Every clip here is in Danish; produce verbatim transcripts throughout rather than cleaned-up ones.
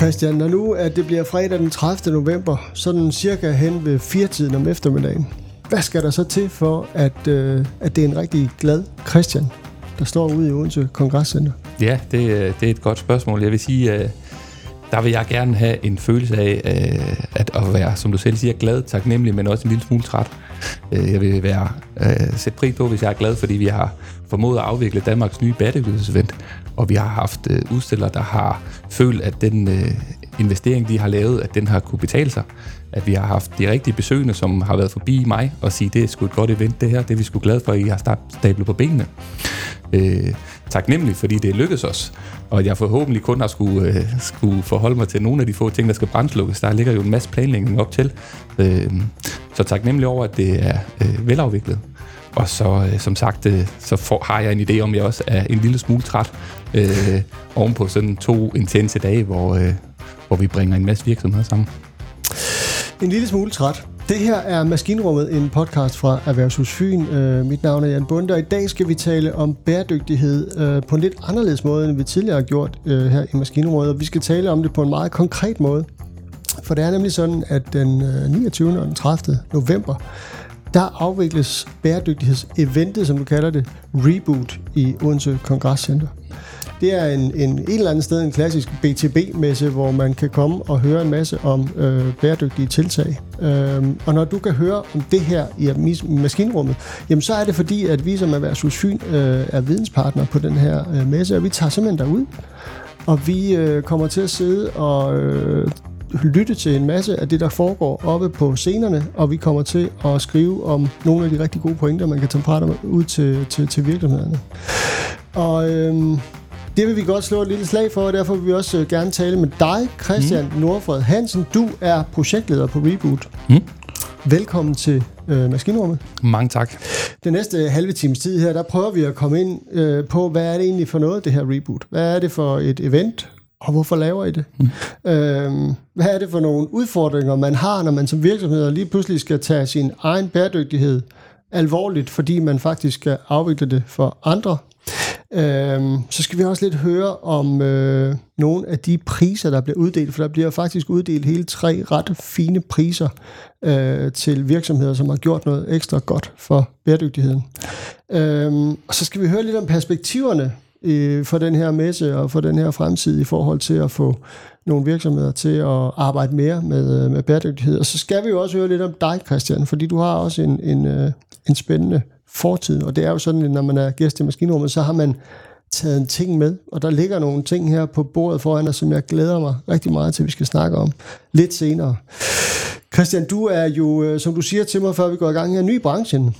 Christian, når nu at det bliver fredag den tredivte november, sådan cirka hen ved firetiden om eftermiddagen, hvad skal der så til for, at, øh, at det er en rigtig glad Christian, der står ude i Odense Kongresscenter? Ja, det, det er et godt spørgsmål. Jeg vil sige, øh, der vil jeg gerne have en følelse af øh, at, at være, som du selv siger, glad, taknemmelig, men også en lille smule træt. Jeg vil være øh, sætte pris på, hvis jeg er glad, fordi vi har formået at afvikle Danmarks nye bæredygtighedsevent, og vi har haft øh, udstillere, der har følt, at den øh, investering, de har lavet, at den har kunne betale sig. At vi har haft de rigtige besøgende, som har været forbi mig og sige, det er sgu et godt event, det her, det er vi sgu glade for, at I har stablet på benene. Øh, taknemmelig, fordi det lykkedes os, og jeg forhåbentlig kun har skulle, øh, skulle forholde mig til nogle af de få ting, der skal brandslukkes. Der ligger jo en masse planlægning op til. Øh, så taknemmelig over, at det er øh, velafviklet. Og så, øh, som sagt, øh, så får, har jeg en idé om, at jeg også er en lille smule træt øh, ovenpå sådan to intense dage, hvor, øh, hvor vi bringer en masse virksomheder sammen. En lille smule træt. Det her er Maskinrummet, en podcast fra Erhvervshus Fyn. Uh, mit navn er Jan Bonde, og i dag skal vi tale om bæredygtighed uh, på en lidt anderledes måde, end vi tidligere har gjort uh, her i Maskinrummet. Og vi skal tale om det på en meget konkret måde. For det er nemlig sådan, at den uh, niogtyvende og den tredivte november, der afvikles bæredygtighedseventet, som du kalder det, Reboot i Odense Kongresscenter. Det er en, en, en eller anden sted en klassisk B to B-messe, hvor man kan komme og høre en masse om øh, bæredygtige tiltag. Øhm, og når du kan høre om det her i Maskinrummet, jamen så er det fordi, at vi som Erhvervshus Fyn øh, er videnspartner på den her øh, messe, og vi tager simpelthen derud, og vi øh, kommer til at sidde og øh, lytte til en masse af det, der foregår oppe på scenerne, og vi kommer til at skrive om nogle af de rigtig gode pointer, man kan tage med ud til, til, til virksomhederne. Og øh, det vil vi godt slå et lille slag for, og derfor vil vi også gerne tale med dig, Christian mm. Nordfred Hansen. Du er projektleder på Reboot. Mm. Velkommen til øh, Maskinrummet. Mange tak. Den næste halve times tid her, der prøver vi at komme ind øh, på, hvad er det egentlig for noget, det her Reboot? Hvad er det for et event, og hvorfor laver I det? Mm. Øh, hvad er det for nogle udfordringer, man har, når man som virksomhed lige pludselig skal tage sin egen bæredygtighed alvorligt, fordi man faktisk skal afvikle det for andre? Øhm, så skal vi også lidt høre om øh, nogle af de priser, der bliver uddelt, for der bliver faktisk uddelt hele tre ret fine priser øh, til virksomheder, som har gjort noget ekstra godt for bæredygtigheden. Øhm, og så skal vi høre lidt om perspektiverne øh, for den her messe og for den her fremtid i forhold til at få nogle virksomheder til at arbejde mere med, med bæredygtighed. Og så skal vi jo også høre lidt om dig, Christian, fordi du har også en, en, øh, en spændende fortid, og det er jo sådan, at når man er gæst i Maskinrummet, så har man taget en ting med, og der ligger nogle ting her på bordet foran os, som jeg glæder mig rigtig meget til, vi skal snakke om lidt senere. Christian, du er jo, som du siger til mig, før vi går i gang her, ny i branchen.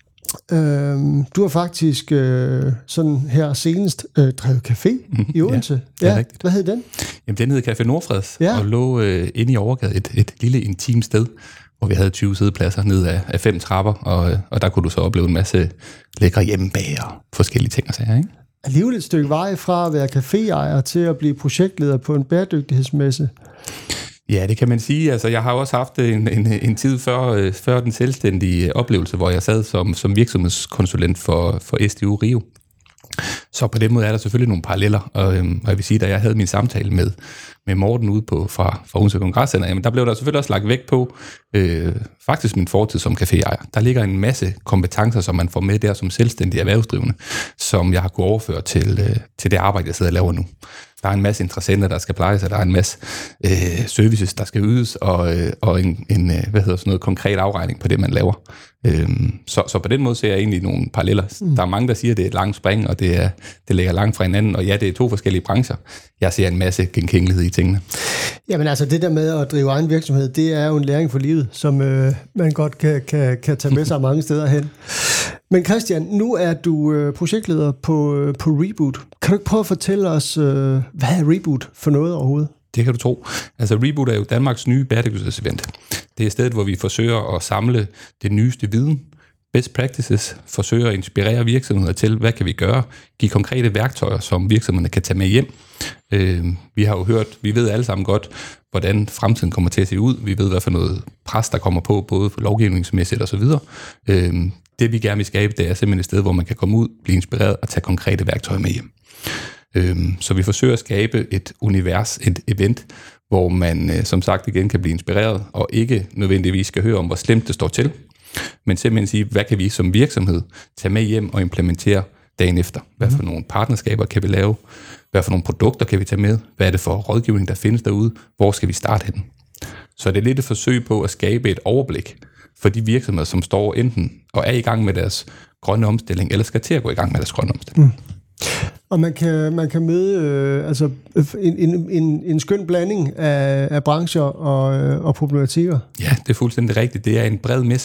Øhm, du har faktisk øh, sådan her senest øh, drevet café mm-hmm. i Odense. Ja, det er rigtigt. Hvad hed den? Jamen, den hed Café Nordfreds, ja. Og lå øh, inde i Overgade, et, et lille intimt sted, hvor vi havde tyve siddepladser ned af, af fem trapper, og, og der kunne du så opleve en masse lækre hjemmebag og forskellige ting og sager, ikke? Alligevel et stykke vej fra at være caféejer til at blive projektleder på en bæredygtighedsmesse. Ja, det kan man sige. Altså, jeg har også haft en, en, en tid før, før den selvstændige oplevelse, hvor jeg sad som, som virksomhedskonsulent for, for S D U Rio. Så på den måde er der selvfølgelig nogle paralleller, og, øhm, og jeg vil sige, da jeg havde min samtale med, med Morten ude på, fra, fra Odense Kongresscenter, jamen der blev der selvfølgelig også lagt vægt på øh, faktisk min fortid som caféejer. Der ligger en masse kompetencer, som man får med der som selvstændig erhvervsdrivende, som jeg har kunnet overføre til, øh, til det arbejde, jeg sidder og laver nu. Der er en masse interessenter, der skal plejes, og der er en masse øh, services, der skal ydes, og, øh, og en, en øh, hvad hedder sådan noget, konkret afregning på det, man laver. Øhm, så, så på den måde ser jeg egentlig nogle paralleller. Mm. Der er mange, der siger, at det er et langt spring, og det, er, det ligger langt fra hinanden, og ja, det er to forskellige brancher. Jeg ser en masse genkendelighed i tingene. Jamen altså, det der med at drive egen virksomhed, det er jo en læring for livet, som øh, man godt kan, kan, kan tage med sig mange steder hen. Men Christian, nu er du øh, projektleder på, øh, på Reboot. Kan du ikke prøve at fortælle os, øh, hvad er Reboot for noget overhovedet? Det kan du tro. Altså Reboot er jo Danmarks nye bæredygtighedsevent. Det er stedet, hvor vi forsøger at samle det nyeste viden, best practices, forsøger at inspirere virksomheder til, hvad kan vi gøre, give konkrete værktøjer, som virksomhederne kan tage med hjem. Øh, vi har jo hørt, vi ved alle sammen godt, hvordan fremtiden kommer til at se ud. Vi ved, hvad for noget pres, der kommer på, både lovgivningsmæssigt og så videre. Øh, det vi gerne vil skabe, det er simpelthen et sted, hvor man kan komme ud, blive inspireret og tage konkrete værktøjer med hjem. Øhm, så vi forsøger at skabe et univers, et event, hvor man øh, som sagt igen kan blive inspireret, og ikke nødvendigvis skal høre om, hvor slemt det står til, men simpelthen sige, hvad kan vi som virksomhed tage med hjem og implementere dagen efter? Hvad for nogle partnerskaber kan vi lave? Hvad for nogle produkter kan vi tage med? Hvad er det for rådgivning, der findes derude? Hvor skal vi starte hen? Så det er lidt et forsøg på at skabe et overblik for de virksomheder, som står enten og er i gang med deres grønne omstilling, eller skal til at gå i gang med deres grønne omstilling. Mm. Og man kan, man kan møde øh, altså en, en, en, en skøn blanding af, af brancher og, øh, og problematikker. Ja, det er fuldstændig rigtigt. Det er en bred messe.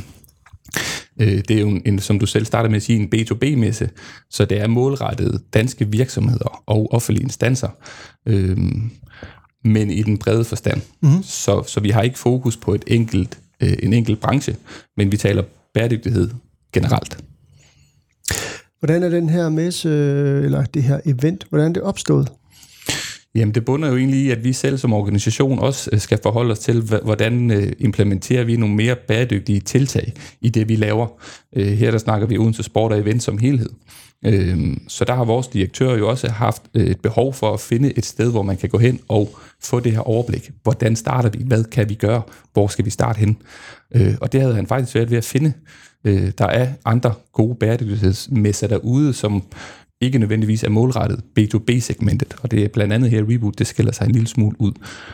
Det er jo, en, en, som du selv startede med at sige, en B to B-messe, så det er målrettet danske virksomheder og offentlige instanser, øhm, men i den brede forstand. Mm-hmm. Så, så vi har ikke fokus på et enkelt, øh, en enkelt branche, men vi taler bæredygtighed generelt. Hvordan er den her messe, eller det her event, hvordan er det opstået? Jamen, det bunder jo egentlig i, at vi selv som organisation også skal forholde os til, hvordan implementerer vi nogle mere bæredygtige tiltag i det, vi laver. Her der snakker vi Odense Sport og Event som helhed. Så der har vores direktør jo også haft et behov for at finde et sted, hvor man kan gå hen og få det her overblik. Hvordan starter vi? Hvad kan vi gøre? Hvor skal vi starte hen? Og det havde han faktisk svært ved at finde. Der er andre gode bæredygtighedsmesser derude, som ikke nødvendigvis er målrettet B to B-segmentet, og det er blandt andet her Reboot, det skiller sig en lille smule ud.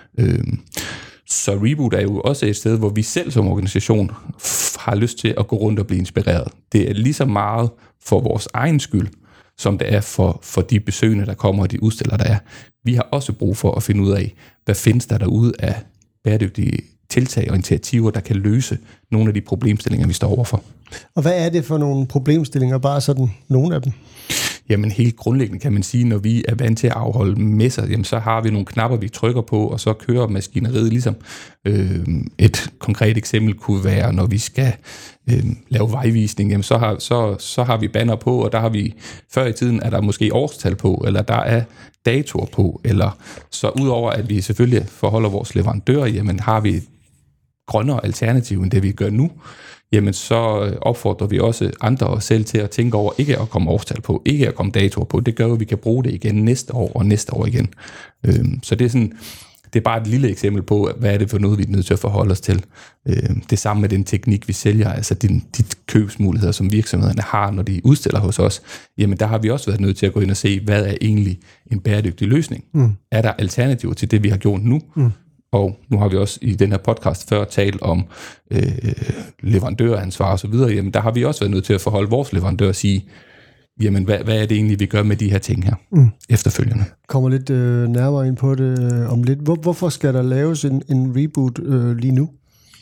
Så Reboot er jo også et sted, hvor vi selv som organisation har lyst til at gå rundt og blive inspireret. Det er lige så meget for vores egen skyld, som det er for, for de besøgende, der kommer, og de udstillere, der er. Vi har også brug for at finde ud af, hvad findes der derude af bæredygtige tiltag og initiativer, der kan løse nogle af de problemstillinger, vi står overfor. Og hvad er det for nogle problemstillinger, bare sådan nogle af dem? Jamen helt grundlæggende kan man sige, når vi er vant til at afholde messer, jamen så har vi nogle knapper, vi trykker på, og så kører maskineriet ligesom. Øh, et konkret eksempel kunne være, når vi skal øh, lave vejvisning, jamen så har, så, så har vi banner på, og der har vi, før i tiden er der måske årstal på, eller der er datoer på, eller så udover at vi selvfølgelig forholder vores leverandører, jamen har vi et grønnere alternativ end det, vi gør nu, jamen så opfordrer vi også andre og selv til at tænke over ikke at komme årstal på, ikke at komme datoer på. Det gør jo, at vi kan bruge det igen næste år og næste år igen. Så det er sådan, det er bare et lille eksempel på, hvad er det for noget, vi er nødt til at forholde os til. Det samme med den teknik, vi sælger, altså de, de købsmuligheder, som virksomhederne har, når de udstiller hos os. Jamen der har vi også været nødt til at gå ind og se, hvad er egentlig en bæredygtig løsning? Mm. Er der alternativer til det, vi har gjort nu? Mm. Og nu har vi også i den her podcast før talt om øh, leverandøransvar og så videre. Jamen, der har vi også været nødt til at forholde vores leverandør og sige, jamen, hvad, hvad er det egentlig, vi gør med de her ting her mm. efterfølgende? Kommer lidt øh, nærmere ind på det øh, om lidt. Hvor, hvorfor skal der laves en, en reboot øh, lige nu?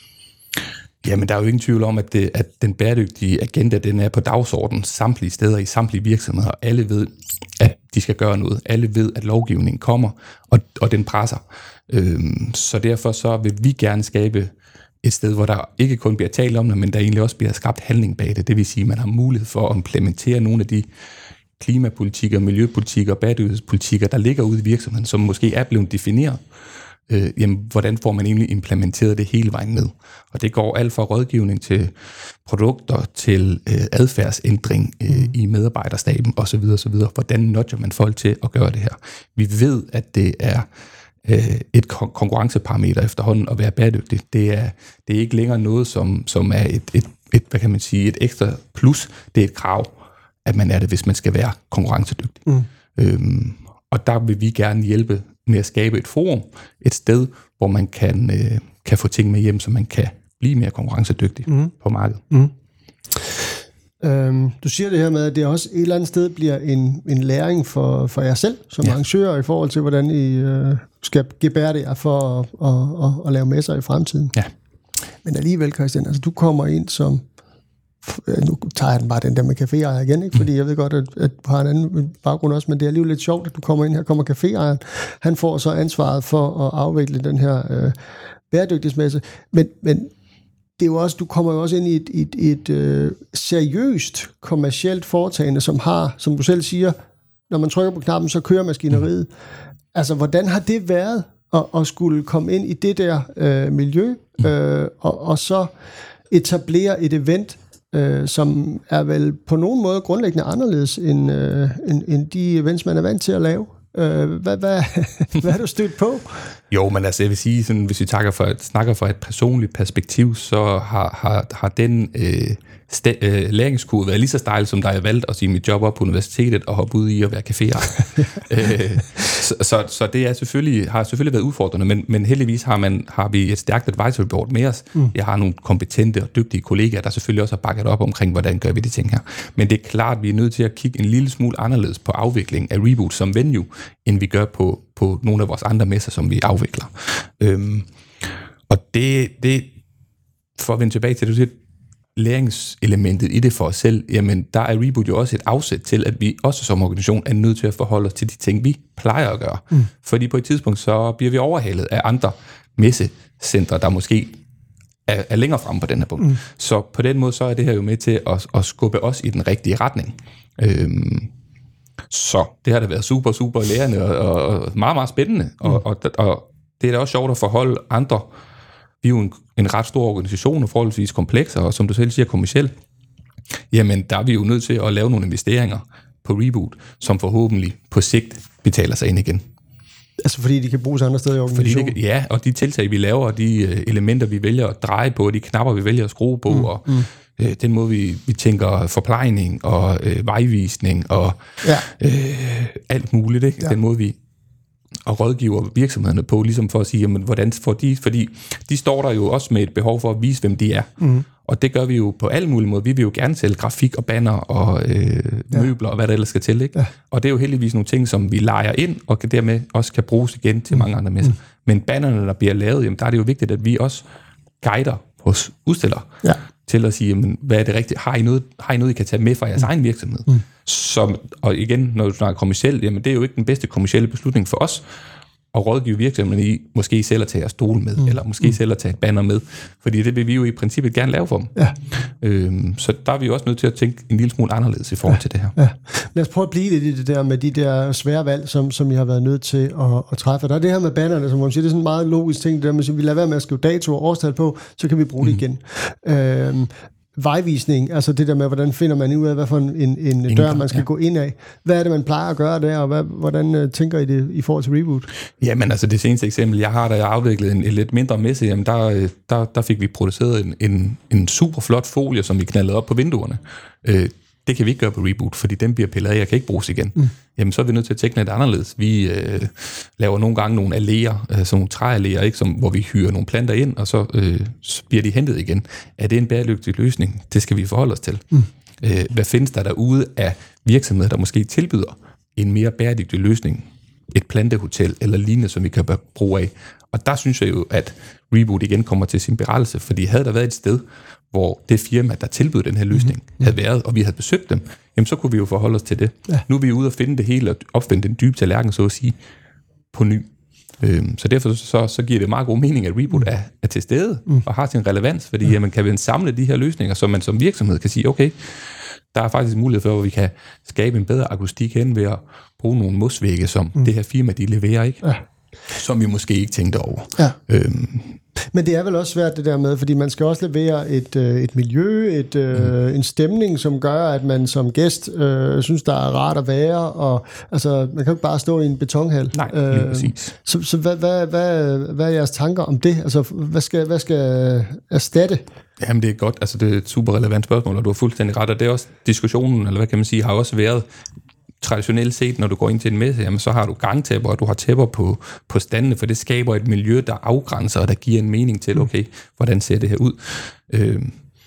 Jamen, der er jo ingen tvivl om, at, det, at den bæredygtige agenda, den er på dagsordenen samtlige steder i samtlige virksomheder. Alle ved, at de skal gøre noget. Alle ved, at lovgivningen kommer, og, og den presser. Øhm, så derfor så vil vi gerne skabe et sted, hvor der ikke kun bliver talt om det, men der egentlig også bliver skabt handling bag det. Det vil sige, at man har mulighed for at implementere nogle af de klimapolitikker, miljøpolitikker og bæredygtighedspolitikker, der ligger ude i virksomheden, som måske er blevet defineret. Øh, jamen, hvordan får man egentlig implementeret det hele vejen ned? Og det går alt fra rådgivning til produkter, til øh, adfærdsændring øh, mm. i medarbejderstaben osv. osv. Hvordan nudger man folk til at gøre det her? Vi ved, at det er øh, et kon- konkurrenceparameter efterhånden at være bæredygtig. Det er, det er ikke længere noget, som, som er et, et, et, hvad kan man sige, et ekstra plus. Det er et krav, at man er det, hvis man skal være konkurrencedygtig. Mm. Øhm, og der vil vi gerne hjælpe med at skabe et forum, et sted, hvor man kan, øh, kan få ting med hjem, så man kan blive mere konkurrencedygtig mm. på markedet. Mm. Øhm, du siger det her med, at det også et eller andet sted bliver en, en læring for, for jer selv, som ja. arrangører, i forhold til, hvordan I øh, skal gebære det for at, at, at, at lave messer i fremtiden. Ja. Men alligevel, Christian, altså du kommer ind som, nu tager jeg den bare den der med caféejer igen, ikke? Fordi jeg ved godt, at, at du har en anden baggrund også, men det er alligevel lidt sjovt, at du kommer ind her, kommer caféejeren, han får så ansvaret for at afvikle den her øh, bæredygtighedsmesse, men, men det er jo også, du kommer jo også ind i et, et, et øh, seriøst kommercielt foretagende, som har, som du selv siger, når man trykker på knappen, så kører maskineriet. Altså, hvordan har det været at, at skulle komme ind i det der øh, miljø, øh, og, og så etablere et event, øh, som er vel på nogen måde grundlæggende anderledes end, øh, end, end de events, man er vant til at lave. Øh, hvad, hvad, hvad er du stødt på? Jo, men altså jeg vil sige, sådan, hvis vi takker for et, snakker fra et personligt perspektiv, så har, har, har den øh, st- øh, læringskurve været lige så stejl, som da jeg valgte at sige mit job op på universitetet og hoppe ud i at være caféejer. øh, så, så, så det er selvfølgelig, har selvfølgelig været udfordrende, men, men heldigvis har, man, har vi et stærkt advisory board med os. Mm. Jeg har nogle kompetente og dygtige kollegaer, der selvfølgelig også har bakket op omkring, hvordan gør vi de ting her. Men det er klart, at vi er nødt til at kigge en lille smule anderledes på afvikling af Reboot som venue, end vi gør på, på nogle af vores andre messer, som vi afvikler. Øhm, og det, det, for at vende tilbage til, du siger, læringselementet i det for os selv, jamen der er Reboot jo også et afsæt til, at vi også som organisation er nødt til at forholde os til de ting, vi plejer at gøre. Mm. Fordi på et tidspunkt, så bliver vi overhalet af andre messecentre, der måske er, er længere fremme på den her punkt. Mm. Så på den måde, så er det her jo med til at, at skubbe os i den rigtige retning. Øhm, Så det har da været super, super lærende og, og meget, meget spændende. Mm. Og, og, og det er da også sjovt at forholde andre. Vi er jo en, en ret stor organisation og forholdsvis kompleks, og som du selv siger, kommerciel. Jamen, der er vi jo nødt til at lave nogle investeringer på Reboot, som forhåbentlig på sigt betaler sig ind igen. Altså fordi de kan bruges andre steder i organisationen? Fordi det, ja, og de tiltag, vi laver, og de elementer, vi vælger at dreje på, og de knapper, vi vælger at skrue på, mm. og mm. den måde, vi, vi tænker forplejning og øh, vejvisning og ja. øh, alt muligt, ikke? Ja. Den måde, vi og rådgiver virksomhederne på, ligesom for at sige, jamen, hvordan får de, fordi de står der jo også med et behov for at vise, hvem de er. Mm. Og det gør vi jo på alle mulige måder. Vi vil jo gerne sælge grafik og banner og øh, ja. møbler og hvad der ellers skal til, ikke? Ja. Og det er jo heldigvis nogle ting, som vi lejer ind, og kan dermed også kan bruges igen til mm. mange andre messer. Mm. Men bannerne, der bliver lavet, jamen, der er det jo vigtigt, at vi også guider hos udstillere. Ja. Til at sige, jamen, hvad er det rigtigt? Har I noget, har I noget, I kan tage med fra jeres mm. egen virksomhed? Mm. Som, og igen, når du snakker kommercielt, jamen det er jo ikke den bedste kommercielle beslutning for os at rådgive virksomheden i, måske selv at tage jeres stol med, mm. eller måske mm. selv at tage et banner med, fordi det vil vi jo i princippet gerne lave for dem. Ja. Øhm, så der er vi jo også nødt til at tænke en lille smule anderledes i forhold ja. til det her. Ja. Lad os prøve at blive lidt i det der med de der svære valg, som, som I har været nødt til at, at træffe. Der er det her med bannerne, som man siger, det er sådan en meget logisk ting, det der med, at vi lader være med at skrive dato og årstal på, så kan vi bruge mm. det igen. Øhm, Vejvisning, altså det der med, hvordan finder man ud af, hvad for en, en dør, man skal ja. gå ind af. Hvad er det, man plejer at gøre der, og hvad, hvordan uh, tænker I det i forhold til Reboot? Jamen altså det seneste eksempel, jeg har, da jeg afviklede en, en lidt mindre messe, jamen der, der, der fik vi produceret en, en, en super flot folie, som vi knaldede op på vinduerne. Øh, det kan vi ikke gøre på Reboot, fordi den bliver pillet af, jeg kan ikke bruges igen. Mm. Jamen, så er vi nødt til at tænke lidt anderledes. Vi øh, laver nogle gange nogle alléer, øh, sådan nogle træalléer, ikke, som, hvor vi hyrer nogle planter ind, og så, øh, så bliver de hentet igen. Er det en bæredygtig løsning? Det skal vi forholde os til. Mm. Øh, hvad findes der derude af virksomheder, der måske tilbyder en mere bæredygtig løsning? Et plantehotel eller lignende, som vi kan bruge af. Og der synes jeg jo, at Reboot igen kommer til sin berettelse, fordi havde der været et sted, hvor det firma, der tilbød den her løsning, mm-hmm. havde været, og vi havde besøgt dem, jamen så kunne vi jo forholde os til det. Ja. Nu er vi ude og finde det hele, og opfinde den dybe tallerken, så at sige, på ny. Øhm, så derfor så, så giver det meget god mening, at Reboot er, er til stede, mm. og har sin relevans, fordi mm. jamen, kan vi samle de her løsninger, så man som virksomhed kan sige, okay, der er faktisk mulighed for, at vi kan skabe en bedre akustik hen ved at bruge nogle mosvægge, som mm. det her firma, de leverer, ikke? Ja. Som vi måske ikke tænkte over. Ja. Øhm. Men det er vel også svært det der med, fordi man skal også levere et, øh, et miljø, et, øh, mm. en stemning, som gør, at man som gæst øh, synes, der er rart at være, og altså, man kan jo ikke bare stå i en betonhal. Nej, lige øh, præcis. Så, så hvad, hvad, hvad, hvad er jeres tanker om det? Altså, hvad skal, hvad skal erstatte? Jamen det er godt, altså det er et super relevant spørgsmål, og du har fuldstændig ret, og det er også diskussionen, eller hvad kan man sige, har også været traditionelt set, når du går ind til en messe, jamen, så har du gangtæpper, og du har tæpper på, på standene, for det skaber et miljø, der afgrænser, og der giver en mening til, okay, hvordan ser det her ud? Øh,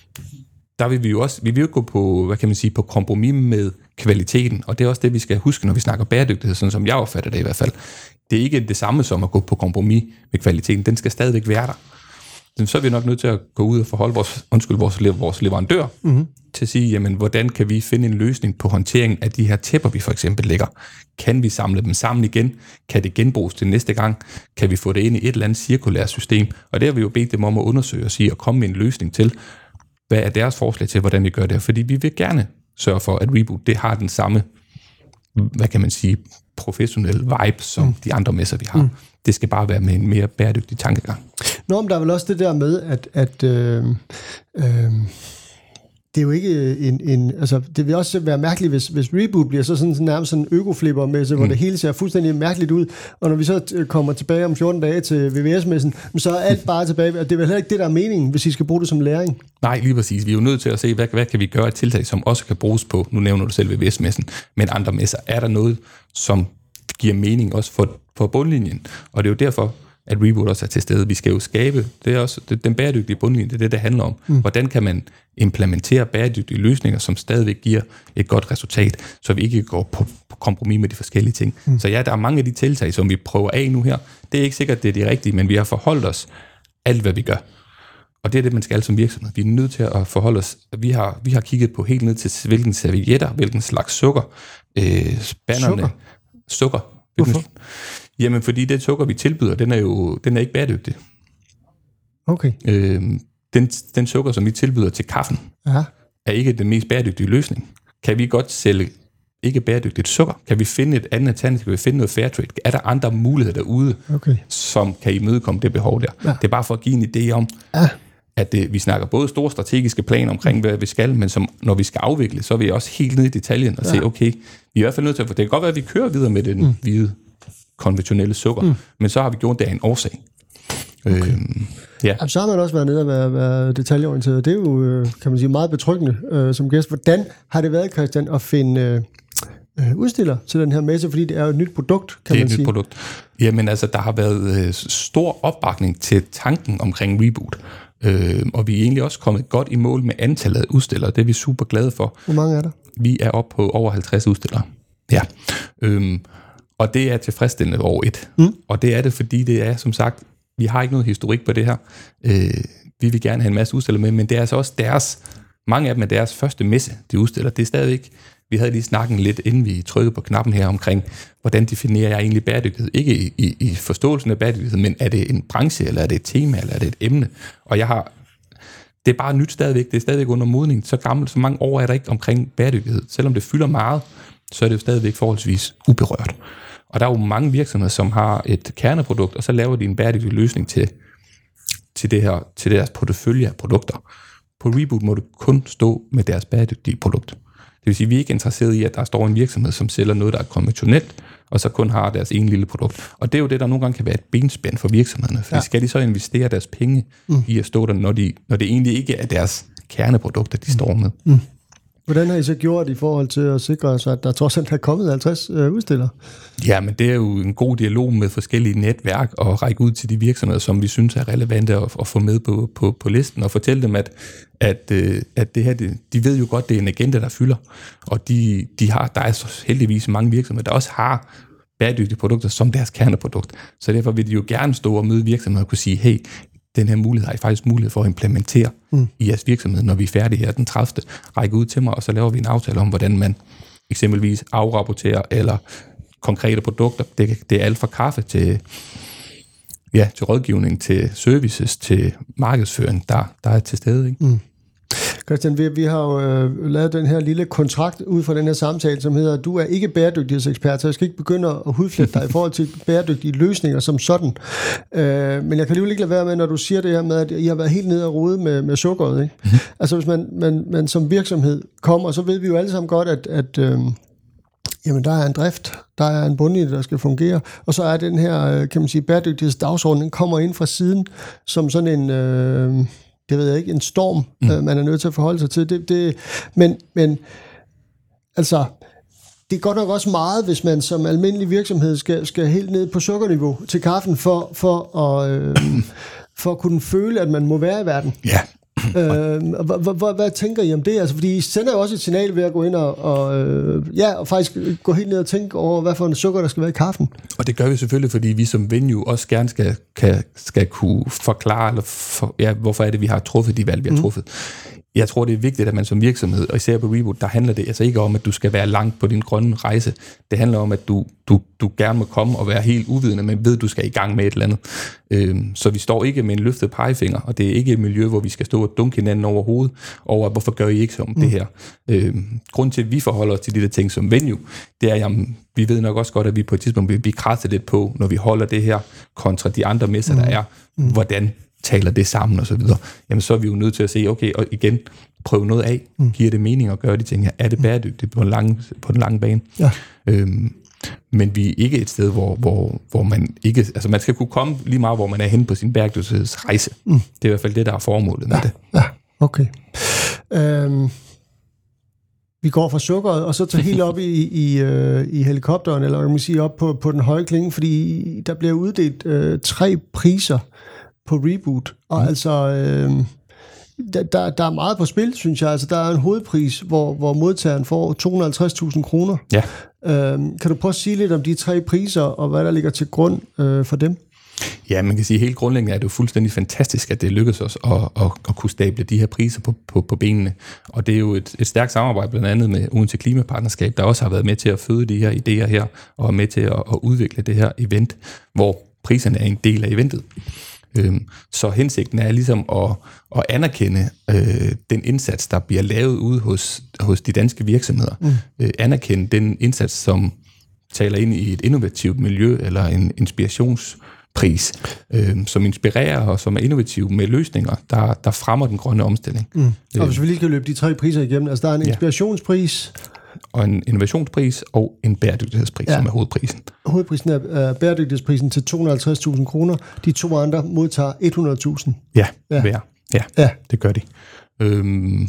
der vil vi jo også, vi vil jo gå på, hvad kan man sige, på kompromis med kvaliteten, og det er også det, vi skal huske, når vi snakker bæredygtighed, sådan som jeg opfatter det i hvert fald. Det er ikke det samme som at gå på kompromis med kvaliteten, den skal stadigvæk være der. Så er vi nok nødt til at gå ud og forholde vores, undskyld, vores, vores leverandør mm-hmm. til at sige, jamen, hvordan kan vi finde en løsning på håndteringen af de her tæpper, vi for eksempel lægger? Kan vi samle dem sammen igen? Kan det genbruges til næste gang? Kan vi få det ind i et eller andet cirkulært system? Og det har vi jo bedt dem om at undersøge og sige, og komme med en løsning til, hvad er deres forslag til, hvordan vi gør det? Fordi vi vil gerne sørge for, at Reboot, det har den samme, hvad kan man sige, professionelle vibe, som mm. de andre messer, vi har. Mm. Det skal bare være med en mere bæredygtig tankegang. Nå, men der er vel også det der med, at, at øh, øh, det er jo ikke en, en... Altså, det vil også være mærkeligt, hvis, hvis Reboot bliver så sådan, sådan nærmest sådan en økoflipper-messe, mm. hvor det hele ser fuldstændig mærkeligt ud, og når vi så kommer tilbage om fjorten dage til V V S-messen, så er alt bare tilbage, og det er vel heller ikke det, der er meningen, hvis I skal bruge det som læring. Nej, lige præcis. Vi er jo nødt til at se, hvad, hvad kan vi gøre et tiltag, som også kan bruges på, nu nævner du selv V V S-messen, men andre messer. Er der noget, som giver mening også for, for bundlinjen? Og det er jo derfor, at Reboot også er til stede. Vi skal jo skabe, det er også det, den bæredygtige bundlinje, det er det, det handler om. Mm. Hvordan kan man implementere bæredygtige løsninger, som stadigvæk giver et godt resultat, så vi ikke går på, på kompromis med de forskellige ting. Mm. Så ja, der er mange af de tiltag, som vi prøver af nu her. Det er ikke sikkert, det er de rigtige, men vi har forholdt os alt, hvad vi gør. Og det er det, man skal som virksomhed. Vi er nødt til at forholde os. Vi har, vi har kigget på helt ned til, hvilken servietter, hvilken slags sukker, øh, spanderne, sukker. sukker. Hvorfor? Jamen, fordi det sukker, vi tilbyder, den er jo den er ikke bæredygtig. Okay. Øh, den, den sukker, som vi tilbyder til kaffen, Aha. er ikke den mest bæredygtige løsning. Kan vi godt sælge ikke bæredygtigt sukker? Kan vi finde et andet alternativ? Kan vi finde noget fair trade? Er der andre muligheder derude, okay. som kan imødekomme det behov der? Ja. Det er bare for at give en idé om, ja. at det, vi snakker både store strategiske planer omkring, hvad vi skal, men som, når vi skal afvikle, så er vi også helt nede i detaljen og ja. se, okay, vi er i hvert fald nødt til at... Det kan godt være, at vi kører videre med den mm. hvide, konventionelle sukker, mm. men så har vi gjort det af en årsag. Okay. Øhm, ja. Så har man også været nede og været, været detaljeorienteret. Det er jo, kan man sige, meget betryggende øh, som gæst. Hvordan har det været, Christian, at finde øh, udstiller til den her messe, fordi det er jo et nyt produkt, kan man sige? Det er et nyt produkt. Jamen altså, der har været øh, stor opbakning til tanken omkring Reboot, øh, og vi er egentlig også kommet godt i mål med antallet af udstillere. Det er vi super glade for. Hvor mange er der? Vi er oppe på over halvtreds udstillere. Ja. Øhm, og det er tilfredsstillende over et. Mm. Og det er det, fordi det er, som sagt, vi har ikke noget historik på det her. Øh, vi vil gerne have en masse udstillere med, men det er altså også deres, mange af dem er deres første messe, de udstiller. Det er stadigvæk, vi havde lige snakken lidt, inden vi trykkede på knappen her, omkring, hvordan definerer jeg egentlig bæredygtighed? Ikke i, i, i forståelsen af bæredygtighed, men er det en branche, eller er det et tema, eller er det et emne? Og jeg har, det er bare nyt stadigvæk, det er stadigvæk under modning. Så gammelt, så mange år er der ikke omkring bæredygtighed. Selvom det fylder meget, så er det jo stadigvæk forholdsvis uberørt. Og der er jo mange virksomheder, som har et kerneprodukt, og så laver de en bæredygtig løsning til, til, det her, til deres portefølje af produkter. På Reboot må du kun stå med deres bæredygtige produkt. Det vil sige, at vi er ikke interesseret i, at der står en virksomhed, som sælger noget, der er konventionelt, og så kun har deres ene lille produkt. Og det er jo det, der nogle gange kan være et benspænd for virksomhederne. For ja. skal de så investere deres penge mm. i at stå der, når, de, når det egentlig ikke er deres kerneprodukter, de mm. står med. Mm. Hvordan har I så gjort i forhold til at sikre sig, at der trods alt er kommet halvtreds øh, udstillere? Ja, men det er jo en god dialog med forskellige netværk og række ud til de virksomheder, som vi synes er relevante at, at få med på, på, på listen, og fortælle dem, at, at, at det her, det, de ved jo godt, det er en agenda, der fylder, og de, de har, der er så heldigvis mange virksomheder, der også har bæredygtige produkter som deres kerneprodukt. Så derfor vil de jo gerne stå og møde virksomheder og kunne sige, hey, den her mulighed har I faktisk mulighed for at implementere mm. i jeres virksomhed, når vi er færdige her den tredivte Række ud til mig, og så laver vi en aftale om, hvordan man eksempelvis afrapporterer, eller konkrete produkter. Det, det er alt fra kaffe til, ja, til rådgivning, til services, til markedsføring, der, der er til stede. Ikke? Mm. Christian, vi, vi har jo øh, lavet den her lille kontrakt ud fra den her samtale, som hedder, du er ikke bæredygtighedsekspert, så jeg skal ikke begynde at hudflette dig i forhold til bæredygtige løsninger som sådan. Øh, men jeg kan alligevel ikke lade være med, når du siger det her med, at I har været helt nede og rode med, med sukkeret. Ikke? Mm-hmm. Altså hvis man, man, man som virksomhed kommer, så ved vi jo alle sammen godt, at, at øh, jamen, der er en drift, der er en bundlinje, der skal fungere, og så er den her, kan man sige, bæredygtighedsdagsorden, den kommer ind fra siden som sådan en... Øh, det ved jeg ikke, en storm, mm. øh, man er nødt til at forholde sig til. Det, det, men, men altså, det er godt nok også meget, hvis man som almindelig virksomhed skal, skal helt ned på sukkerniveau til kaffen, for, for, at, øh, for at kunne føle, at man må være i verden. Ja. Øh, hvad tænker I om det? Altså, fordi I sender jo også et signal ved at gå ind og, og, øh, ja, og faktisk gå helt ned og tænke over, hvad for en sukker, der skal være i kaffen. Og det gør vi selvfølgelig, fordi vi som venue også gerne skal, kan, skal kunne forklare, eller for, ja, hvorfor er det, vi har truffet de valg, vi har truffet. Mm. Jeg tror, det er vigtigt, at man som virksomhed, og især på Reboot, der handler det altså ikke om, at du skal være langt på din grønne rejse. Det handler om, at du, du, du gerne må komme og være helt uvidende, men ved, at du skal i gang med et eller andet. Øhm, så vi står ikke med en løftet pegefinger, og det er ikke et miljø, hvor vi skal stå og dunke hinanden over hovedet, over hvorfor gør I ikke som mm. det her. Øhm, grunden til, at vi forholder os til de der ting som venue, det er, jamen, vi ved nok også godt, at vi på et tidspunkt vil blive krattet lidt på, når vi holder det her kontra de andre messer, mm. der er, mm. hvordan taler det sammen og så videre, jamen så er vi jo nødt til at se, okay, og igen, prøve noget af. Mm. Giver det mening at gøre de ting her? Er det bæredygtigt på den lange, på den lange bane? Ja. Øhm, men vi er ikke et sted, hvor, hvor, hvor man ikke... Altså, man skal kunne komme lige meget, hvor man er henne på sin bæredygtighedsrejse. Mm. Det er i hvert fald det, der er formålet med ja. det. Ja, okay. Øhm, vi går fra sukkeret, og så tager helt op i, i, øh, i helikopteren, eller kan man sige op på, på den høje klinge, fordi der bliver uddelt øh, tre priser på Reboot. Og mm. altså... Øh, Der, der, der er meget på spil, synes jeg. Altså, der er en hovedpris, hvor, hvor modtageren får to hundrede og halvtreds tusind kroner. Ja. Øhm, kan du prøve at sige lidt om de tre priser, og hvad der ligger til grund øh, for dem? Ja, man kan sige, helt grundlæggende er det jo fuldstændig fantastisk, at det lykkedes os at, at, at kunne stable de her priser på, på, på benene. Og det er jo et, et stærkt samarbejde blandt andet med Uden til Klimapartnerskab, der også har været med til at føde de her idéer her, og er med til at, at udvikle det her event, hvor priserne er en del af eventet. Så hensigten er ligesom at, at anerkende øh, den indsats, der bliver lavet ude hos, hos de danske virksomheder. Mm. Øh, anerkende den indsats, som taler ind i et innovativt miljø eller en inspirationspris, øh, som inspirerer og som er innovativ med løsninger, der, der fremmer den grønne omstilling. Mm. Og hvis vi lige kan løbe de tre priser igennem, altså der er en inspirationspris, ja. Og en innovationspris og en bæredygtighedspris, ja. Som er hovedprisen. Hovedprisen er uh, bæredygtighedsprisen til to hundrede og halvtreds tusind kroner. De to andre modtager hundrede tusind. Ja, ja. Hver. Ja, ja, det gør de. Øhm,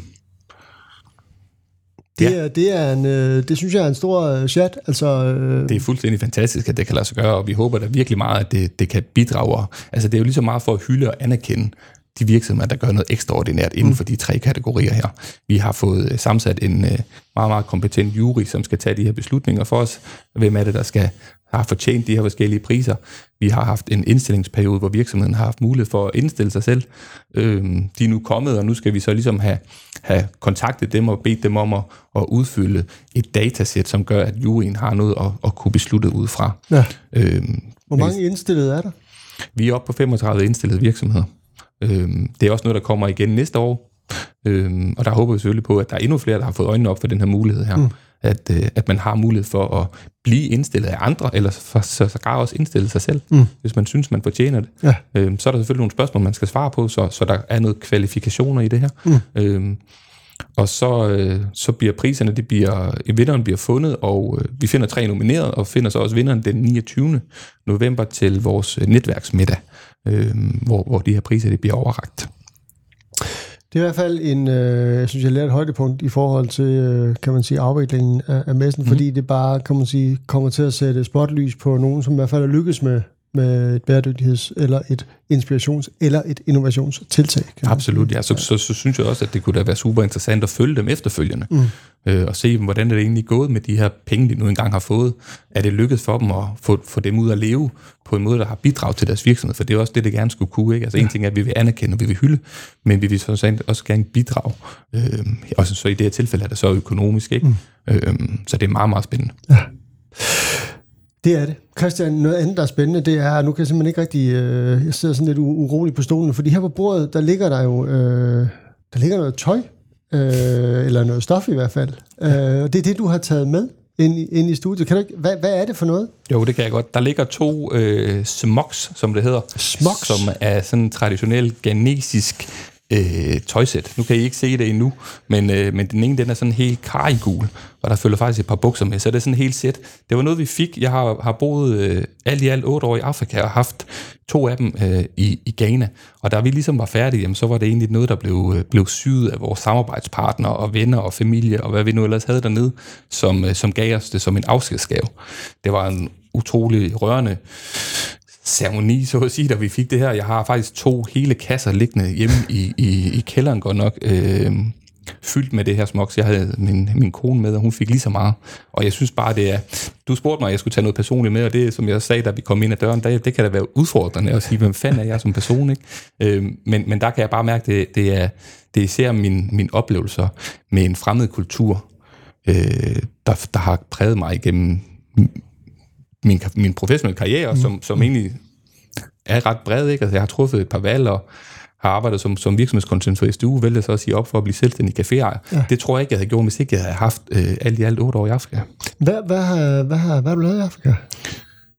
det, ja. er, det, er en, det synes jeg er en stor chat. Altså, øh... Det er fuldstændig fantastisk, at det kan lade sig gøre, og vi håber da virkelig meget, at det, det kan bidrage. Altså, det er jo lige så meget for at hylde og anerkende de virksomheder, der gør noget ekstraordinært inden for de tre kategorier her. Vi har fået sammensat en meget, meget kompetent jury, som skal tage de her beslutninger for os. Hvem er det, der skal har fortjent de her forskellige priser? Vi har haft en indstillingsperiode, hvor virksomheden har haft mulighed for at indstille sig selv. Øhm, de er nu kommet, og nu skal vi så ligesom have, have kontaktet dem og bedt dem om at, at udfylde et datasæt, som gør, at juryen har noget at, at kunne beslutte ud fra. Ja. Øhm, hvor mange indstillede er der? Vi er oppe på femogtredive indstillede virksomheder. Øhm, det er også noget, der kommer igen næste år, øhm, og der håber vi selvfølgelig på, at der er endnu flere, der har fået øjnene op for den her mulighed her, mm. at, øh, at man har mulighed for at blive indstillet af andre, eller for, så sågar også indstille sig selv, mm. hvis man synes, man fortjener det. Ja. Øhm, så er der selvfølgelig nogle spørgsmål, man skal svare på, så, så der er noget kvalifikationer i det her. Mm. Øhm, og så, øh, så bliver priserne, det bliver, vinderen bliver fundet, og øh, vi finder tre nomineret, og finder så også vinderen den niogtyvende november til vores øh, netværksmiddag, øh, hvor, hvor de her priser det bliver overrakt. Det er i hvert fald en, øh, jeg synes, jeg lærer et højdepunkt i forhold til, øh, kan man sige, afviklingen af, af messen, mm. fordi det bare, kan man sige, kommer til at sætte spotlys på nogen, som i hvert fald er lykkes med, med et bæredygtigheds- eller et inspirations- eller et innovationstiltag. Absolut, ja. Så, så, så, så synes jeg også, at det kunne da være super interessant at følge dem efterfølgende, mm. øh, og se, hvordan er det egentlig gået med de her penge, de nu engang har fået. Er det lykkedes for dem at få, få dem ud at leve på en måde, der har bidraget til deres virksomhed? For det er også det, det gerne skulle kunne. Ikke? Altså ja. En ting er, at vi vil anerkende, og vi vil hylde, men vi vil så også gerne bidrage. Øh, også så i det her tilfælde er det så økonomisk. Ikke? Mm. Øh, så det er meget, meget spændende. Ja. Det er det. Christian, noget andet, der er spændende, det er, nu kan jeg simpelthen ikke rigtig, øh, jeg sidder sådan lidt urolig på stolen, fordi her på bordet, der ligger der jo, øh, der ligger noget tøj, øh, eller noget stof i hvert fald. Øh, det er det, du har taget med ind i, ind i studiet. Kan du ikke, hvad, hvad er det for noget? Jo, det kan jeg godt. Der ligger to øh, smoks, som det hedder. Smoks? Som er sådan traditionel ghanesisk Øh, tøjsæt. Nu kan I ikke se det endnu, men, øh, men den ene, den er sådan helt karigul, og der følger faktisk et par bukser med, så det er sådan helt sæt. Det var noget, vi fik. Jeg har, har boet øh, alt i alt otte år i Afrika, og haft to af dem øh, i, i Ghana, og da vi ligesom var færdige, jamen, så var det egentlig noget, der blev, øh, blev syet af vores samarbejdspartnere, og venner og familie, og hvad vi nu ellers havde dernede, som, øh, som gav os det som en afskedsgave. Det var en utrolig rørende ceremoni, så at sige, da vi fik det her. Jeg har faktisk to hele kasser liggende hjemme i, i, i kælderen godt nok, øh, fyldt med det her smoks. Jeg havde min, min kone med, og hun fik lige så meget. Og jeg synes bare, det er... Du spurgte mig, at jeg skulle tage noget personligt med, og det, som jeg sagde, da vi kom ind ad døren, der, det kan da være udfordrende at sige, hvem fanden er jeg som person, ikke? Øh, men, men der kan jeg bare mærke, det, det er, det er især min, min oplevelser med en fremmed kultur, øh, der, der har præget mig igennem min, min professionelle karriere, mm. som, som egentlig er ret bred, ikke? Altså, jeg har truffet et par valg, og har arbejdet som, som virksomhedskonsulent for S D U, vælger så at sige op for at blive selvstændig caféejer. Ja. Det tror jeg ikke, jeg havde gjort, hvis ikke jeg havde haft øh, alt i alt otte år i Afrika. Hvad, hvad, har, hvad, har, hvad har du lavet i Afrika?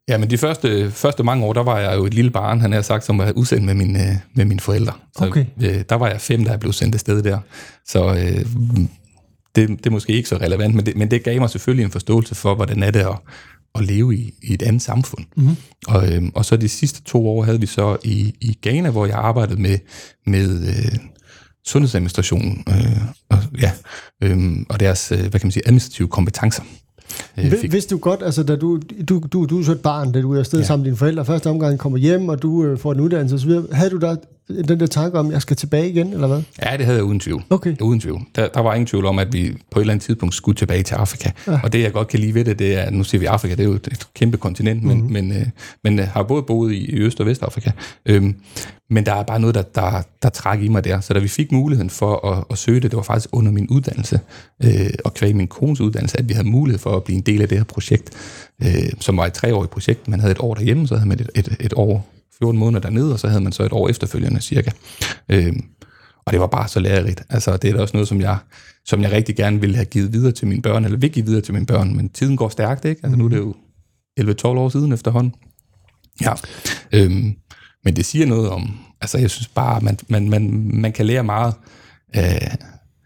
Ja, men de første, første mange år, der var jeg jo et lille barn, han har sagt, som var udsendt med, min, med mine forældre. Så okay. øh, der var jeg fem, der blev sendt afsted der. Så øh, det, det er måske ikke så relevant, men det, men det gav mig selvfølgelig en forståelse for, hvordan er det at, at leve i, i et andet samfund. Mm-hmm. Og, øh, og så de sidste to år havde vi så i, i Ghana, hvor jeg arbejdede med, med øh, sundhedsadministrationen øh, og, ja, øh, og deres øh, hvad kan man sige, administrative kompetencer. Vidste du godt, altså da du, du, du, du er så et barn, da du er afsted ja. sammen med dine forældre, første omgang kommer hjem, og du øh, får en uddannelse osv., havde du der den der tanke om, at jeg skal tilbage igen, eller hvad? Ja, det havde jeg uden tvivl. Okay. Uden tvivl. Der, der var ingen tvivl om, at vi på et eller andet tidspunkt skulle tilbage til Afrika. Ja. Og det, jeg godt kan lide ved det, det er, nu siger vi Afrika, det er jo et kæmpe kontinent, men, mm-hmm. men, øh, men har både boet i, i Øst- og Vestafrika. Øhm, men der er bare noget, der, der, der trækker i mig der. Så da vi fik muligheden for at, at søge det, det var faktisk under min uddannelse, øh, og kvæg min kones uddannelse, at vi havde mulighed for at blive en del af det her projekt, øh, som var et treårigt projekt. Man havde et år derhjemme, så havde man et, et, et år fjorten måneder dernede, og så havde man så et år efterfølgende cirka. Øhm, og det var bare så lærerigt. Altså, det er da også noget, som jeg, som jeg rigtig gerne ville have givet videre til mine børn, eller vil give videre til mine børn, men tiden går stærkt, ikke? Altså, nu er det jo elleve tolv år siden efterhånden. Ja. Øhm, men det siger noget om, altså, jeg synes bare, man, man, man, man kan lære meget af,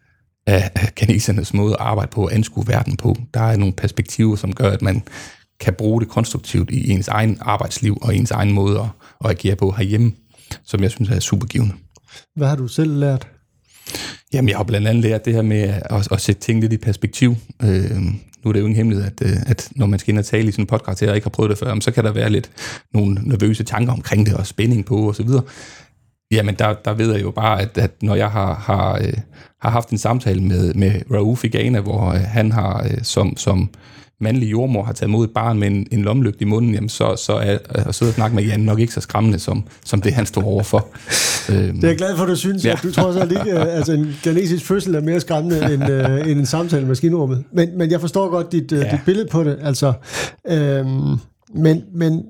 af kinesernes måde at arbejde på, at anskue verden på. Der er nogle perspektiver, som gør, at man kan bruge det konstruktivt i ens egen arbejdsliv og ens egen måde at, at agere på herhjemme, som jeg synes er supergivende. Hvad har du selv lært? Jamen, jeg har blandt andet lært det her med at, at sætte ting lidt i perspektiv. Øh, nu er det jo ingen hemmelighed, at, at når man skal ind og tale i sådan en podcast her, og ikke har prøvet det før, så kan der være lidt nogle nervøse tanker omkring det, og spænding på, og så videre. Jamen, der, der ved jeg jo bare, at, at når jeg har, har, øh, har haft en samtale med, med Raouf i Ghana, hvor øh, han har øh, som... som mandlig jordmor har taget imod et barn med en, en lommelygte i munden, jamen så, så er at sidde og snakke med Jan nok ikke så skræmmende, som, som det han står overfor. Det er jeg glad for, at du synes, ja. At du tror så ikke, altså en ghanesisk fødsel er mere skræmmende end, uh, end en samtale i maskinrummet. Men, men jeg forstår godt dit, uh, ja. dit billede på det. Altså, øhm, men, men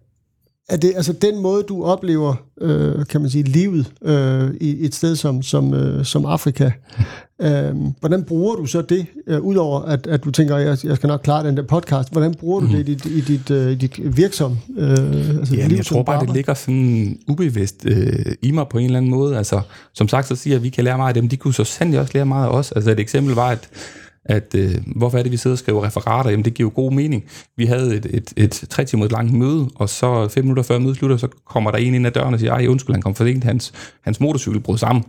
er det altså den måde, du oplever, øh, kan man sige, livet øh, i et sted som, som, øh, som Afrika, øh, hvordan bruger du så det, øh, udover at, at du tænker, jeg, jeg skal nok klare den der podcast, hvordan bruger du mm. det i dit, i dit, øh, dit virksom øh, altså Jamen, liv, jeg tror bare, det ligger sådan ubevidst øh, i mig på en eller anden måde. Altså, som sagt, så siger jeg, at vi kan lære meget af dem. De kunne så sandelig også lære meget af os. Altså, et eksempel var, at at øh, hvorfor er det, vi sidder og skriver referater? Jamen, det giver jo god mening. Vi havde et, et, et tre timer langt møde, og så fem minutter før mødet slutter, så kommer der en ind ad døren og siger, ej, undskyld, han kom for sent, hans, hans motorcykel brød sammen.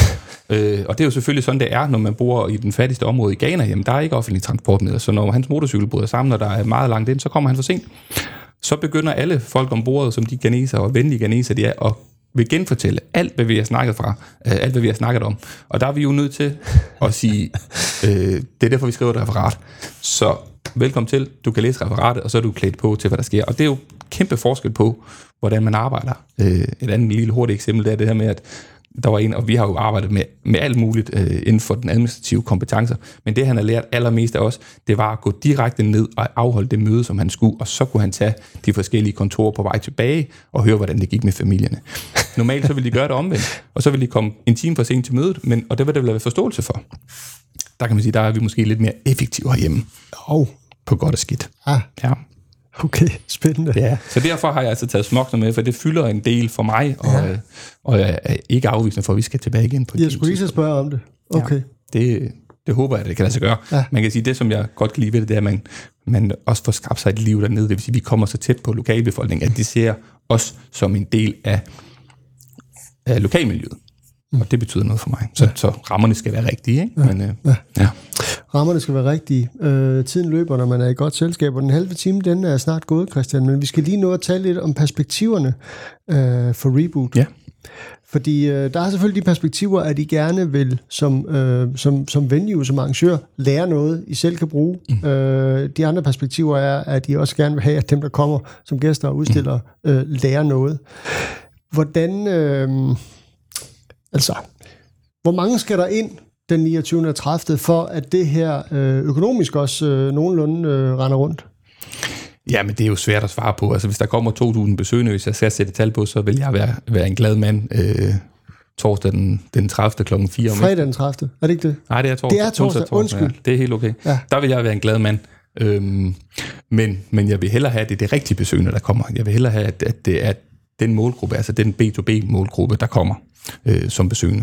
øh, og det er jo selvfølgelig sådan, det er, når man bor i den fattigste område i Ghana. Jamen, der er ikke offentlig transportmiddel, så når hans motorcykel bryder sammen, og der er meget langt ind, så kommer han for sent. Så begynder alle folk om bordet, som de ghanesere og venlige ghanesere, de er, og vil genfortælle alt, hvad vi har snakket fra, alt, hvad vi har snakket om. Og der er vi jo nødt til at sige, øh, det er derfor, vi skriver et referat. Så velkommen til, du kan læse referatet, og så er du klædt på til, hvad der sker. Og det er jo kæmpe forskel på, hvordan man arbejder. Øh, et andet lille hurtigt eksempel, det er det her med, at der var en, og vi har jo arbejdet med, med alt muligt øh, inden for den administrative kompetencer, men det, han har lært allermest af os, det var at gå direkte ned og afholde det møde, som han skulle, og så kunne han tage de forskellige kontorer på vej tilbage og høre, hvordan det gik med familierne. Normalt så ville de gøre det omvendt, og så ville de komme en time for sent til mødet, men, og det vil der være forståelse for. Der kan man sige, der er vi måske lidt mere effektive herhjemme. Oh. På godt og skidt. Ah. Ja. Okay, spændende. Ja, så derfor har jeg altså taget smokser med, for det fylder en del for mig, og, ja. og jeg er ikke afvisende for, at vi skal tilbage igen på et Jeg skulle lige så spørge om det. Okay. Ja, det, det håber jeg, at det kan lade sig gøre. Ja. Man kan sige, det som jeg godt kan lide ved det, det er, at man, man også får skabt sig et liv dernede. Det vil sige, at vi kommer så tæt på lokalbefolkningen, at de ser os som en del af, af lokalmiljøet. Og det betyder noget for mig. Så, ja. så rammerne skal være rigtige, ikke? Ja. Men, øh, ja. ja. Rammerne skal være rigtige. Øh, tiden løber, når man er i godt selskab, og den halve time, den er snart gået, Christian. Men vi skal lige nå at tale lidt om perspektiverne øh, for Reboot. Ja. Fordi øh, der er selvfølgelig de perspektiver, at I gerne vil, som, øh, som, som venue, som arrangør, lære noget, I selv kan bruge. Mm. Øh, de andre perspektiver er, at I også gerne vil have, at dem, der kommer som gæster og udstillere, øh, lærer noget. Hvordan... Øh, altså... Hvor mange skal der ind den niogtyvende og tredivte for, at det her øh, økonomisk også øh, nogenlunde øh, render rundt? Ja, men det er jo svært at svare på. Altså, hvis der kommer to tusind besøgende, hvis jeg skal sætte tal på, så vil jeg være, være en glad mand øh, torsdag den, den tredivte klokken fire. Fredag den tredivte Er det ikke det? Nej, det er torsdag. Det er torsdag, undskyld. Ja, det er helt okay. Ja. Der vil jeg være en glad mand Øhm, men, men jeg vil hellere have, at det er det rigtige besøgende, der kommer. Jeg vil hellere have, at, at det er den målgruppe, altså den B to B målgruppe, der kommer øh, som besøgende.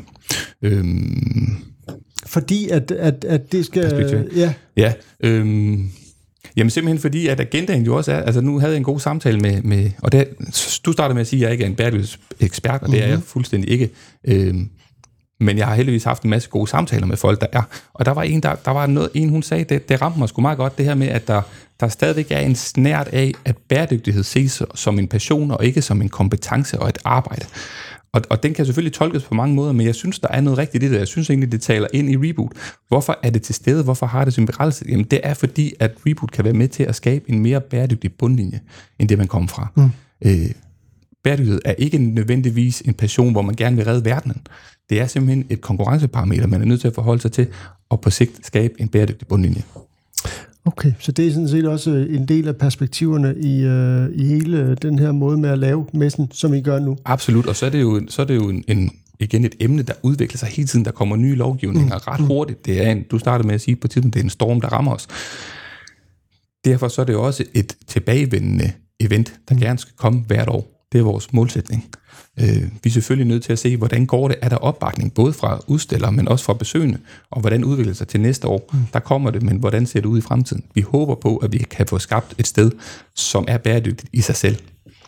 Øhm, fordi at, at, at det skal... Ja, ja øhm, jamen simpelthen fordi, at agendaen jo også er... Altså nu havde jeg en god samtale med... med og det, du startede med at sige, at jeg ikke er en bæredygtighedsekspert, og det mm-hmm. er jeg fuldstændig ikke. Øhm, men jeg har heldigvis haft en masse gode samtaler med folk, der er. Og der var en, der, der var noget, en hun sagde, det, det ramte mig sgu meget godt, det her med, at der, der stadigvæk er en snært af, at bæredygtighed ses som en passion, og ikke som en kompetence og et arbejde. Og, og den kan selvfølgelig tolkes på mange måder, men jeg synes, der er noget rigtigt i det. Jeg synes egentlig, det taler ind i Reboot. Hvorfor er det til stede? Hvorfor har det sin berettelse? Jamen, det er fordi, at Reboot kan være med til at skabe en mere bæredygtig bundlinje, end det, man kommer fra. Mm. Øh, bæredygtighed er ikke nødvendigvis en passion, hvor man gerne vil redde verdenen. Det er simpelthen et konkurrenceparameter, man er nødt til at forholde sig til, og på sigt skabe en bæredygtig bundlinje. Okay, så det er sådan set også en del af perspektiverne i, øh, i hele den her måde med at lave messen, som I gør nu. Absolut, og så er det jo, så er det jo en, en, igen et emne, der udvikler sig hele tiden. Der kommer nye lovgivninger mm. ret hurtigt. Det er en, du startede med at sige på tiden, det er en storm, der rammer os. Derfor så er det jo også et tilbagevendende event, der mm. gerne skal komme hvert år. Det er vores målsætning. Øh, vi er selvfølgelig nødt til at se, hvordan går det, er der opbakning, både fra udstillere, men også fra besøgende, og hvordan udvikler det sig til næste år. Mm. Der kommer det, men hvordan ser det ud i fremtiden? Vi håber på, at vi kan få skabt et sted, som er bæredygtigt i sig selv.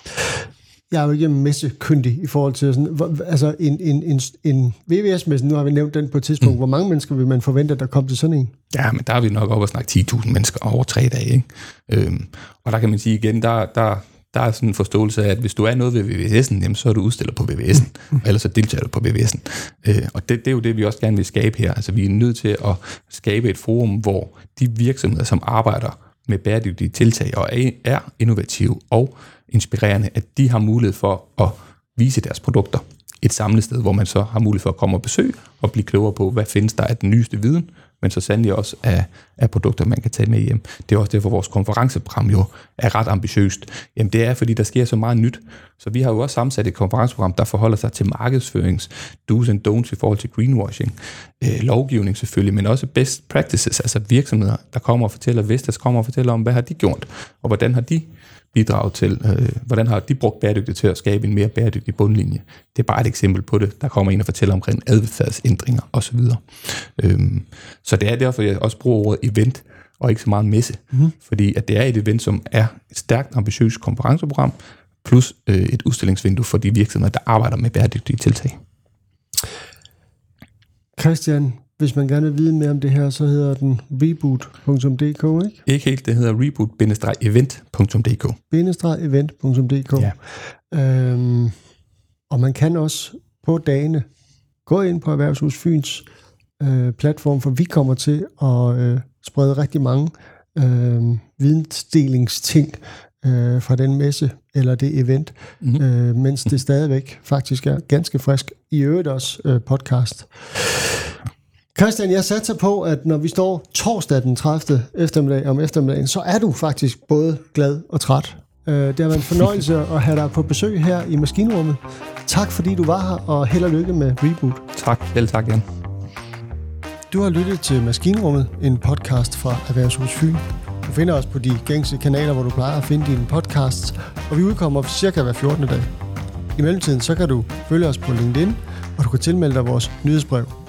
Jeg er jo ikke messekyndig i forhold til sådan, hvor, altså en, en, en, en V V S-messen, nu har vi nævnt den på et tidspunkt, mm. hvor mange mennesker vil man forvente, at der kommer til sådan en? Ja, men der er vi nok oppe og snakke ti tusind mennesker over tre dage, ikke? Øhm, og der kan man sige igen, der, der Der er sådan en forståelse af, at hvis du er noget ved V V S'en, jamen, så er du udstiller på V V S'en, mm. eller så deltager du på V V S'en. Øh, og det, det er jo det, vi også gerne vil skabe her. Altså, vi er nødt til at skabe et forum, hvor de virksomheder, som arbejder med bæredygtige tiltag og er innovative og inspirerende, at de har mulighed for at vise deres produkter et samlet sted, hvor man så har mulighed for at komme og besøge og blive klogere på, hvad findes der af den nyeste viden, men så sandelig også af, af produkter, man kan tage med hjem. Det er også derfor, vores konferenceprogram jo er ret ambitiøst. Jamen det er, fordi der sker så meget nyt. Så vi har jo også sammensat et konferenceprogram, der forholder sig til markedsførings, do's and don'ts i forhold til greenwashing, øh, lovgivning selvfølgelig, men også best practices, altså virksomheder, der kommer og fortæller, Vestas kommer og fortæller om, hvad har de gjort, og hvordan har de bidraget til, øh, hvordan har de brugt bæredygtigt til at skabe en mere bæredygtig bundlinje. Det er bare et eksempel på det. Der kommer en og fortæller omkring adfærdsændringer osv. Øhm, så det er derfor, jeg også bruger ordet event, og ikke så meget messe. Mm-hmm. Fordi at det er et event, som er et stærkt ambitiøst konferenceprogram, plus øh, et udstillingsvindue for de virksomheder, der arbejder med bæredygtige tiltag. Christian, hvis man gerne vil vide mere om det her, så hedder den reboot punktum d k, ikke? Ikke helt, det hedder reboot bindestreg event punktum d k. bindestreg event punktum d k. Ja. Øhm, og man kan også på dagene gå ind på Erhvervshus Fyns øh, platform, for vi kommer til at øh, sprede rigtig mange øh, vidensdelingsting øh, fra den messe eller det event, mm-hmm. øh, mens det stadigvæk faktisk er ganske frisk. I øvrigt også øh, podcast. Christian, jeg satser på, at når vi står torsdag den tredivte eftermiddag om eftermiddagen, så er du faktisk både glad og træt. Det har været en fornøjelse at have dig på besøg her i Maskinrummet. Tak fordi du var her, og held og lykke med Reboot. Tak, selv tak, Jan. Du har lyttet til Maskinrummet, en podcast fra Erhvervshus Fyn. Du finder os på de gængse kanaler, hvor du plejer at finde dine podcasts, og vi udkommer cirka hver fjortende dag. I mellemtiden så kan du følge os på LinkedIn, og du kan tilmelde dig vores nyhedsbrev.